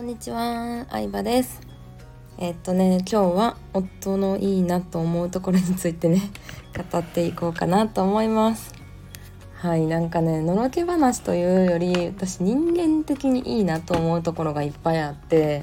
んにちは、相葉です。今日は夫のいいなと思うところについてね語っていこうかなと思います。はい、なんかね、のろけ話というより、私人間的にいいなと思うところがいっぱいあって、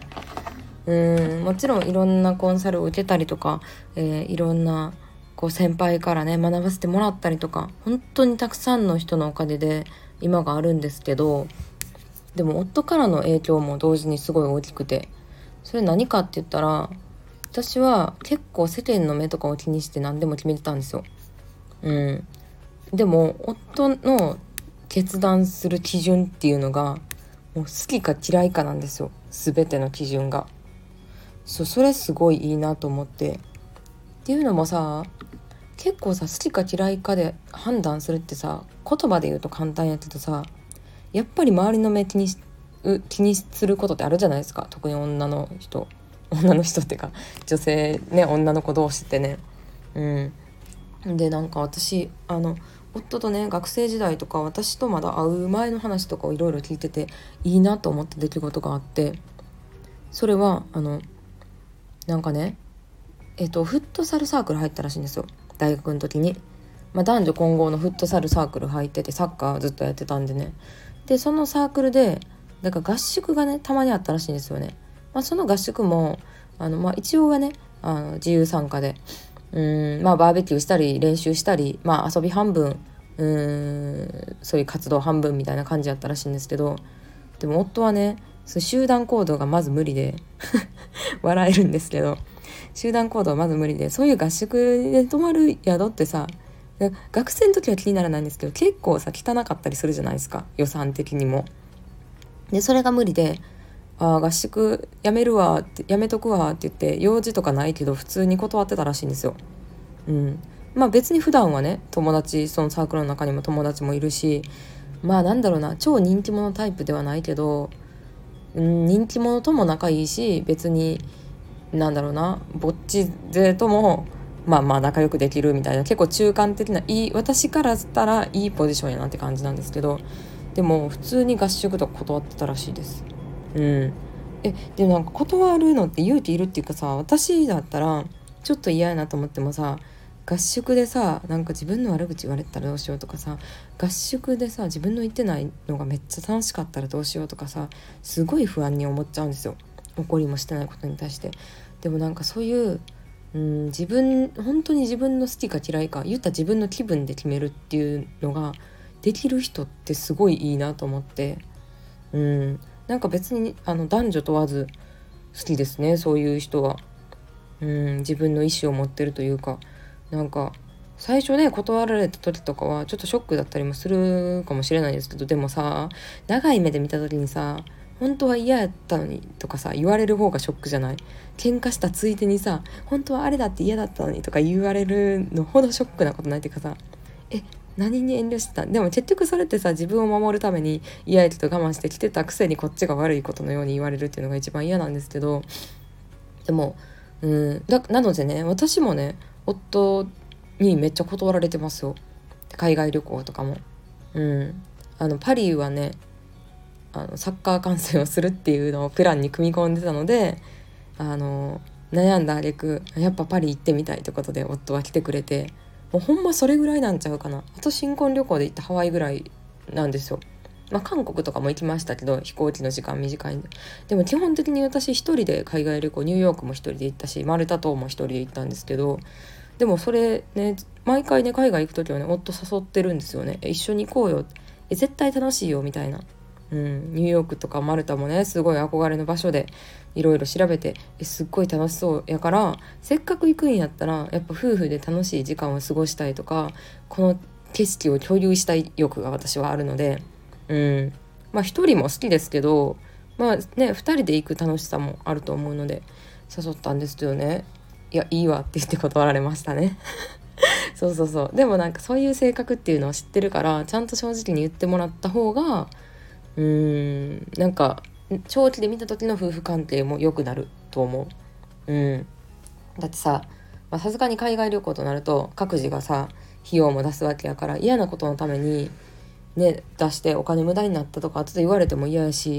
もちろんいろんなコンサルを受けたりとか、いろんな先輩からね学ばせてもらったりとか、本当にたくさんの人のおかげで今があるんですけど、でも夫からの影響も同時にすごい大きくて、それ何かって言ったら、私は結構世間の目とかを気にして何でも決めてたんですよ。でも夫の決断する基準っていうのがもう好きか嫌いかなんですよ、全ての基準が。それすごいいいなと思って。っていうのもさ、結構さ、好きか嫌いかで判断するってさ、言葉で言うと簡単やけどさ、やっぱり周りの目気にすることってあるじゃないですか。特に女の人ってか女性ね、女の子同士ってね。で、なんか私夫とね、学生時代とか私とまだ会う前の話とかをいろいろ聞いてていいなと思った出来事があって、それはなんかね、フットサルサークル入ったらしいんですよ、大学の時に。男女混合のフットサルサークル入ってて、サッカーずっとやってたんでね。でそのサークルでだから合宿がねたまにあったらしいんですよね。その合宿も一応はね自由参加で、バーベキューしたり練習したり、遊び半分、そういう活動半分みたいな感じだったらしいんですけど、でも夫はね、そういう集団行動がまず無理で笑えるんですけど、集団行動はまず無理で、そういう合宿で泊まる宿ってさ、学生の時は気にならないんですけど、結構さ汚かったりするじゃないですか、予算的にも。でそれが無理で、合宿やめるわって、やめとくわって言って、用事とかないけど普通に断ってたらしいんですよ。別に普段はね、友達、そのサークルの中にも友達もいるし、なんだろうな、超人気者タイプではないけど、人気者とも仲いいし、別になんだろうな、ぼっち勢とも仲良くできるみたいな、結構中間的な、私からしたらいいポジションやなって感じなんですけど、でも普通に合宿とか断ってたらしいです。でもなんか断るのって勇気いるっていうかさ、私だったらちょっと嫌やなと思ってもさ、合宿でさ、なんか自分の悪口言われたらどうしようとかさ、合宿でさ自分の言ってないのがめっちゃ楽しかったらどうしようとかさ、すごい不安に思っちゃうんですよ、怒りもしてないことに対して。でもなんかそういう、本当に自分の好きか嫌いか、言ったら自分の気分で決めるっていうのができる人ってすごいいいなと思って、なんか別に男女問わず好きですね、そういう人は。自分の意思を持ってるというか、なんか最初ね、断られた時とかはちょっとショックだったりもするかもしれないですけど、でもさ、長い目で見た時にさ、本当は嫌やったのにとかさ言われる方がショックじゃない？喧嘩したついでにさ、本当はあれだって嫌だったのにとか言われるのほどショックなことないっていうかさ、何に遠慮してたん？でも結局それってさ、自分を守るために嫌やけど我慢してきてたくせにこっちが悪いことのように言われるっていうのが一番嫌なんですけど、でもなのでね、私もね、夫にめっちゃ断られてますよ、海外旅行とかも。パリはね、サッカー観戦をするっていうのをプランに組み込んでたので、悩んだ挙句やっぱパリ行ってみたいということで夫は来てくれて、もうほんまそれぐらいなんちゃうかな。あと新婚旅行で行ったハワイぐらいなんですよ。韓国とかも行きましたけど、飛行機の時間短いんで。でも基本的に私一人で海外旅行、ニューヨークも一人で行ったし、マルタ島も一人で行ったんですけど、でもそれね、毎回ね、海外行く時はね、夫誘ってるんですよね。一緒に行こうよ、絶対楽しいよみたいな。ニューヨークとかマルタもね、すごい憧れの場所で、いろいろ調べて、すっごい楽しそうやから、せっかく行くんやったらやっぱ夫婦で楽しい時間を過ごしたいとか、この景色を共有したい欲が私はあるので、一人も好きですけど、二人で行く楽しさもあると思うので誘ったんですけどね、いや、いいわって言って断られましたね。そうでもなんかそういう性格っていうのを知ってるから、ちゃんと正直に言ってもらった方がなんか長期で見た時の夫婦関係も良くなると思う。だってさ、さすがに海外旅行となると各自がさ費用も出すわけやから、嫌なことのためにね出してお金無駄になったとか後で言われても嫌やし、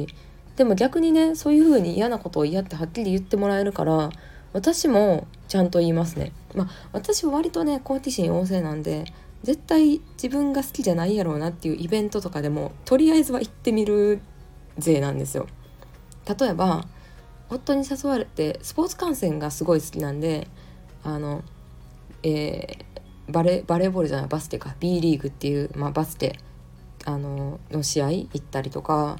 でも逆にね、そういう風に嫌なことを嫌ってはっきり言ってもらえるから、私もちゃんと言いますね。私は割とね好奇心旺盛なんで、絶対自分が好きじゃないやろうなっていうイベントとかでもとりあえずは行ってみる勢なんですよ。例えば夫に誘われてスポーツ観戦がすごい好きなんで、あの、バレーボールじゃないバスケか B リーグっていう、バスケの試合行ったりとか、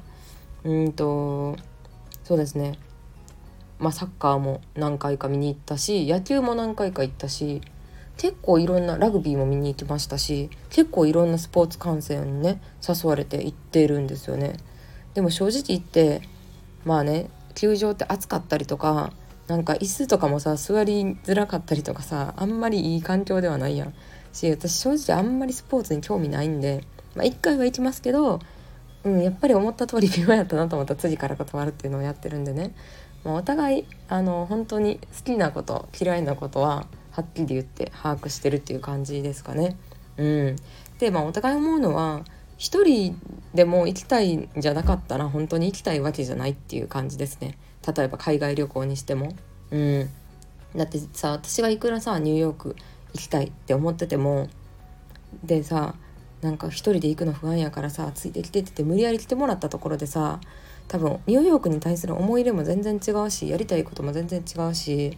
そうですね、サッカーも何回か見に行ったし、野球も何回か行ったし、結構いろんなラグビーも見に行きましたし、結構いろんなスポーツ観戦にね誘われて行ってるんですよね。でも正直言って球場って暑かったりとか、なんか椅子とかもさ座りづらかったりとかさ、あんまりいい環境ではないやんし、私正直あんまりスポーツに興味ないんで、一回は行きますけど、やっぱり思った通り微妙やったなと思ったら次から断るっていうのをやってるんでね、お互い本当に好きなこと嫌いなことははっきり言って把握してるっていう感じですかね。でお互い思うのは、一人でも行きたいんじゃなかったら本当に行きたいわけじゃないっていう感じですね。例えば海外旅行にしても、だってさ、私がいくらさニューヨーク行きたいって思ってても、でさ、なんか一人で行くの不安やからさついてきてって言って無理やり来てもらったところでさ、多分ニューヨークに対する思い入れも全然違うし、やりたいことも全然違うし、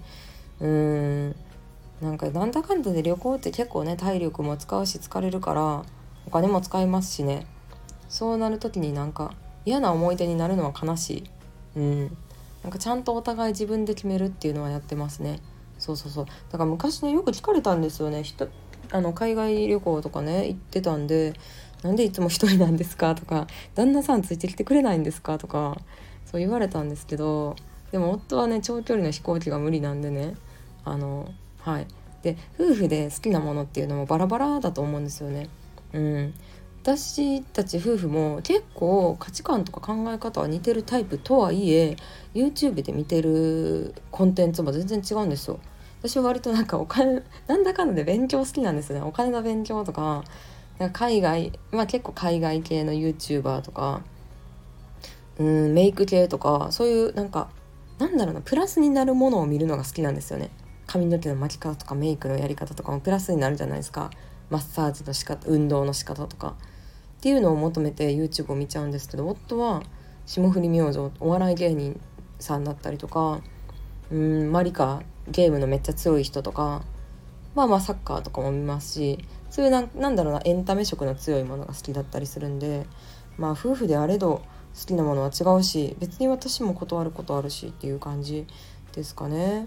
なんだかんだで旅行って結構ね体力も使うし疲れるからお金も使いますしね。そうなる時になんか嫌な思い出になるのは悲しい。なんかちゃんとお互い自分で決めるっていうのはやってますね。そうだから昔ねよく聞かれたんですよね。海外旅行とかね行ってたんで、なんでいつも一人なんですかとか、旦那さんついてきてくれないんですかとか、そう言われたんですけど、でも夫はね長距離の飛行機が無理なんでね、で夫婦で好きなものっていうのもバラバラだと思うんですよね。私たち夫婦も結構価値観とか考え方は似てるタイプとはいえ、 YouTube で見てるコンテンツも全然違うんですよ。私は割となんかお金なんだかんだで勉強好きなんですよね。お金の勉強とか、なんか海外、結構海外系の YouTuber とか、メイク系とか、そういうプラスになるものを見るのが好きなんですよね。髪の毛の巻き方とかメイクのやり方とかもプラスになるじゃないですか。マッサージの仕方、運動の仕方とかっていうのを求めて YouTube を見ちゃうんですけど、夫は霜降り明星お笑い芸人さんだったりとか、マリカゲームのめっちゃ強い人とか、サッカーとかも見ますし、そういうエンタメ色の強いものが好きだったりするんで、夫婦であれど好きなものは違うし、別に私も断ることあるしっていう感じですかね。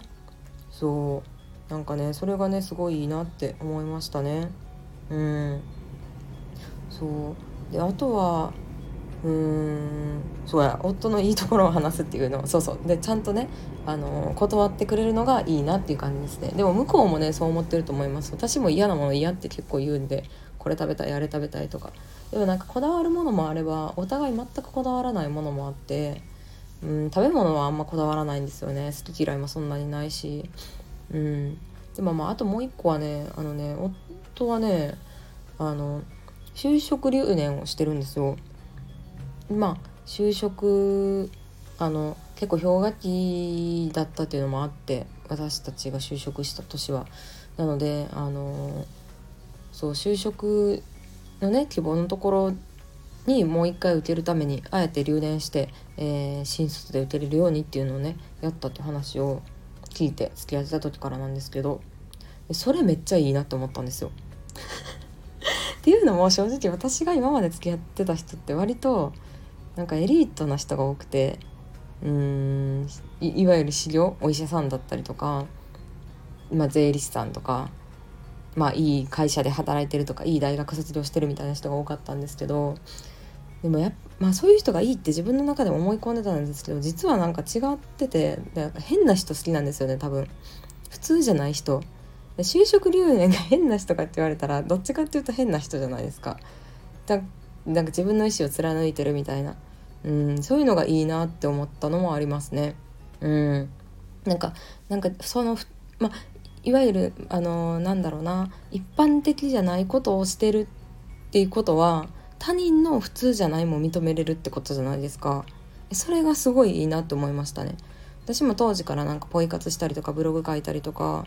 それがねすごいいいなって思いましたね。であとは夫のいいところを話すっていうのでちゃんとね断ってくれるのがいいなっていう感じですね。でも向こうもねそう思ってると思います。私も嫌なもの嫌って結構言うんで、これ食べたいあれ食べたいとか。でもこだわるものもあればお互い全くこだわらないものもあって、食べ物はあんまこだわらないんですよね。好き嫌いもそんなにないし、でもあともう一個はね、夫はね就職留年をしてるんですよ。就職結構氷河期だったっていうのもあって、私たちが就職した年はなので就職のね希望のところにもう一回受けるためにあえて留年して、新卒で受けれるようにっていうのをねやったって話を聞いて付き合ってた時からなんですけど、それめっちゃいいなって思ったんですよ。っていうのも正直私が今まで付き合ってた人って割とエリートな人が多くて、いわゆる修行お医者さんだったりとか、税理士さんとか、いい会社で働いてるとか、いい大学卒業してるみたいな人が多かったんですけど、でもそういう人がいいって自分の中でも思い込んでたんですけど、実は違ってて、変な人好きなんですよね。多分普通じゃない人。就職留年が変な人かって言われたらどっちかっていうと変な人じゃないですか。自分の意思を貫いてるみたいな、そういうのがいいなって思ったのもありますね。いわゆる一般的じゃないことをしてるっていうことは他人の普通じゃないも認めれるってことじゃないですか。 それがすごいいいなって思いましたね。私も当時からなんかポイ活したりとかブログ書いたりとか、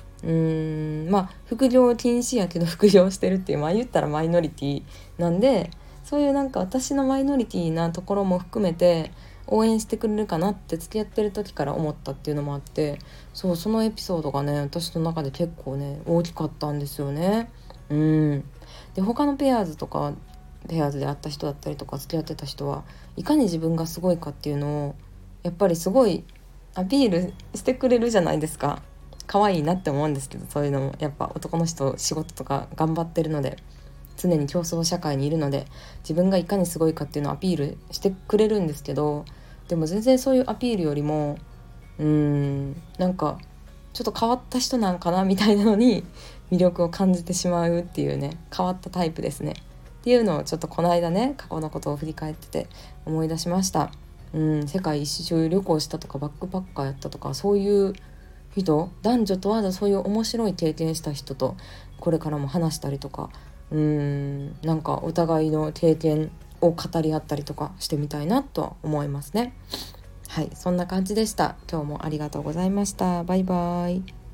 副業禁止やけど副業してるっていう、言ったらマイノリティなんで、そういうなんか私のマイノリティなところも含めて応援してくれるかなって付き合ってる時から思ったっていうのもあって、そのエピソードがね私の中で結構ね大きかったんですよね。で他のペアーズで会った人だったりとか付き合ってた人はいかに自分がすごいかっていうのをやっぱりすごいアピールしてくれるじゃないですか。可愛いなって思うんですけど、そういうのもやっぱ男の人仕事とか頑張ってるので、常に競争社会にいるので自分がいかにすごいかっていうのをアピールしてくれるんですけど、でも全然そういうアピールよりもなんかちょっと変わった人なんかなみたいなのに魅力を感じてしまうっていうね、変わったタイプですねっていうのをちょっとこの間ね過去のことを振り返ってて思い出しました。世界一周旅行したとかバックパッカーやったとか、そういう人、男女問わずそういう面白い経験した人とこれからも話したりとか、なんかお互いの経験を語り合ったりとかしてみたいなとは思いますね。はい、そんな感じでした。今日もありがとうございました。バイバイ。